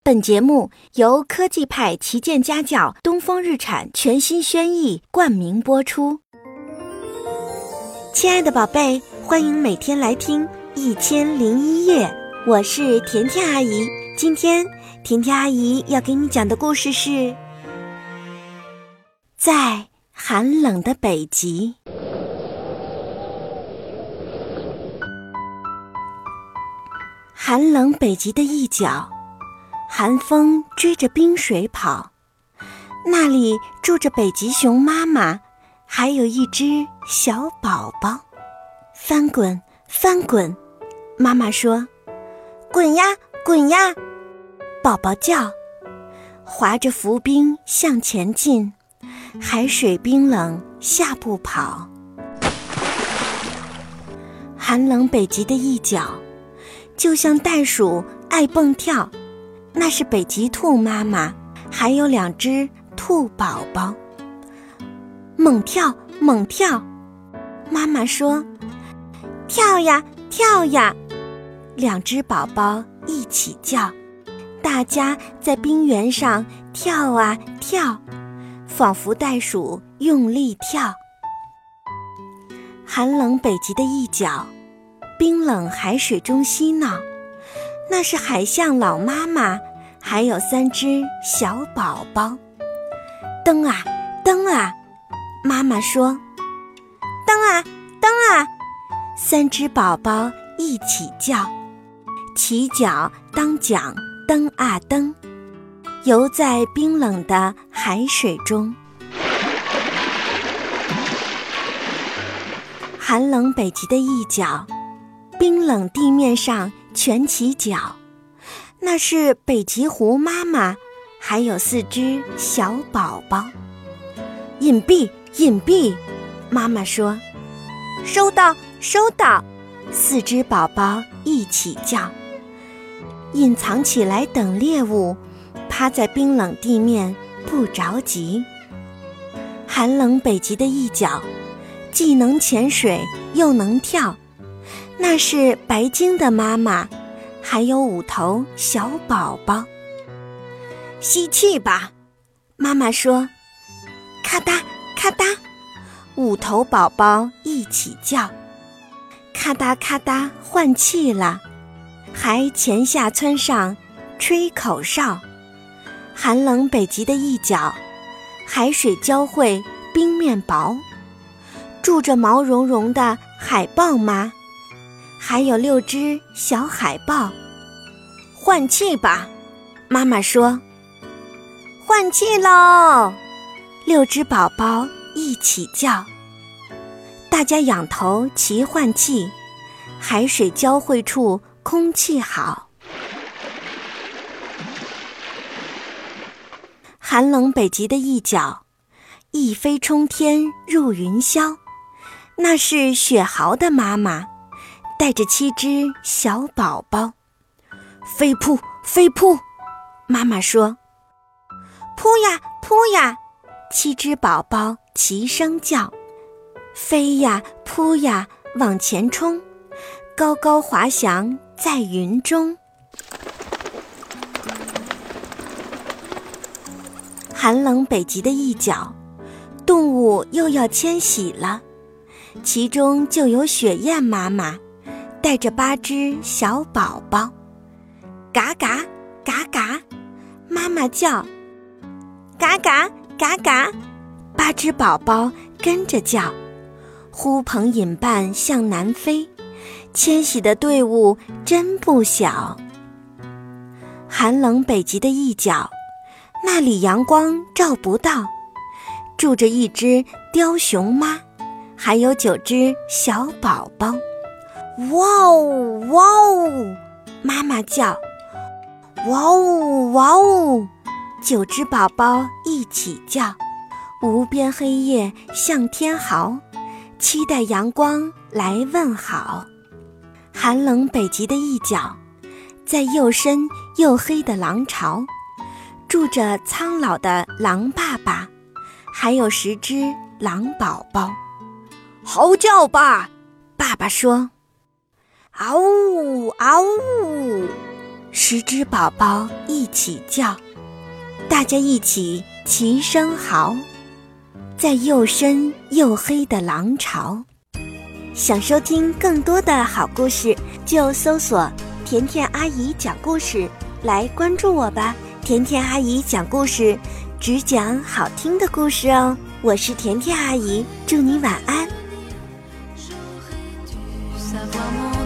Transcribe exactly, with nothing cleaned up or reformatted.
本节目由科技派旗舰家教东风日产全新轩逸冠名播出。亲爱的宝贝，欢迎每天来听一千零一夜，我是甜甜阿姨。今天甜甜阿姨要给你讲的故事是在寒冷的北极。寒冷北极的一角，寒风追着冰水跑，那里住着北极熊妈妈，还有一只小宝宝。翻滚翻滚，妈妈说，滚呀滚呀，宝宝叫，划着浮冰向前进，海水冰冷，下不跑。寒冷北极的一角，就像袋鼠爱蹦跳，那是北极兔妈妈，还有两只兔宝宝。猛跳猛跳，妈妈说，跳呀跳呀，两只宝宝一起叫，大家在冰原上跳啊跳，仿佛袋鼠用力跳。寒冷北极的一角，冰冷海水中嬉闹，那是海象老妈妈，还有三只小宝宝。蹬啊蹬啊，妈妈说，蹬啊蹬啊，三只宝宝一起叫，起脚当桨，蹬啊蹬，游在冰冷的海水中。寒冷北极的一角，冰冷地面上蜷起脚，那是北极狐妈妈，还有四只小宝宝。隐蔽隐蔽，妈妈说，收到收到，四只宝宝一起叫，隐藏起来等猎物，趴在冰冷地面不着急。寒冷北极的一角，既能潜水又能跳，那是白鲸的妈妈，还有五头小宝宝。吸气吧，妈妈说，咔嗒咔嗒，五头宝宝一起叫，咔嗒咔嗒换气了，还前下蹿上吹口哨。寒冷北极的一角，海水交汇，冰面薄，住着毛茸茸的海豹妈，还有六只小海豹。换气吧，妈妈说，换气喽，六只宝宝一起叫，大家仰头齐换气，海水交汇处空气好。寒冷北极的一角，一飞冲天入云霄，那是雪豪的妈妈，带着七只小宝宝。飞扑飞扑，妈妈说，扑呀扑呀，七只宝宝齐声叫，飞呀扑呀往前冲，高高滑翔在云中。寒冷北极的一角，动物又要迁徙了，其中就有雪雁妈妈，带着八只小宝宝。嘎嘎嘎嘎，妈妈叫，嘎嘎嘎嘎，八只宝宝跟着叫，呼朋引伴向南飞，迁徙的队伍真不小。寒冷北极的一角，那里阳光照不到，住着一只雕熊妈，还有九只小宝宝。哇哦哇哦，妈妈叫，哇哦哇哦，九只宝宝一起叫，无边黑夜向天豪，期待阳光来问好。寒冷北极的一角，在又深又黑的狼巢，住着苍老的狼爸爸，还有十只狼宝宝。嚎叫吧，爸爸说。嗷呜嗷呜，十只宝宝一一起叫，大家一起齐声嚎，在又深又黑的狼巢。想收听更多的好故事，就搜索甜甜阿姨讲故事来关注我吧。甜甜阿姨讲故事，只讲好听的故事哦。我是甜甜阿姨，祝你晚安。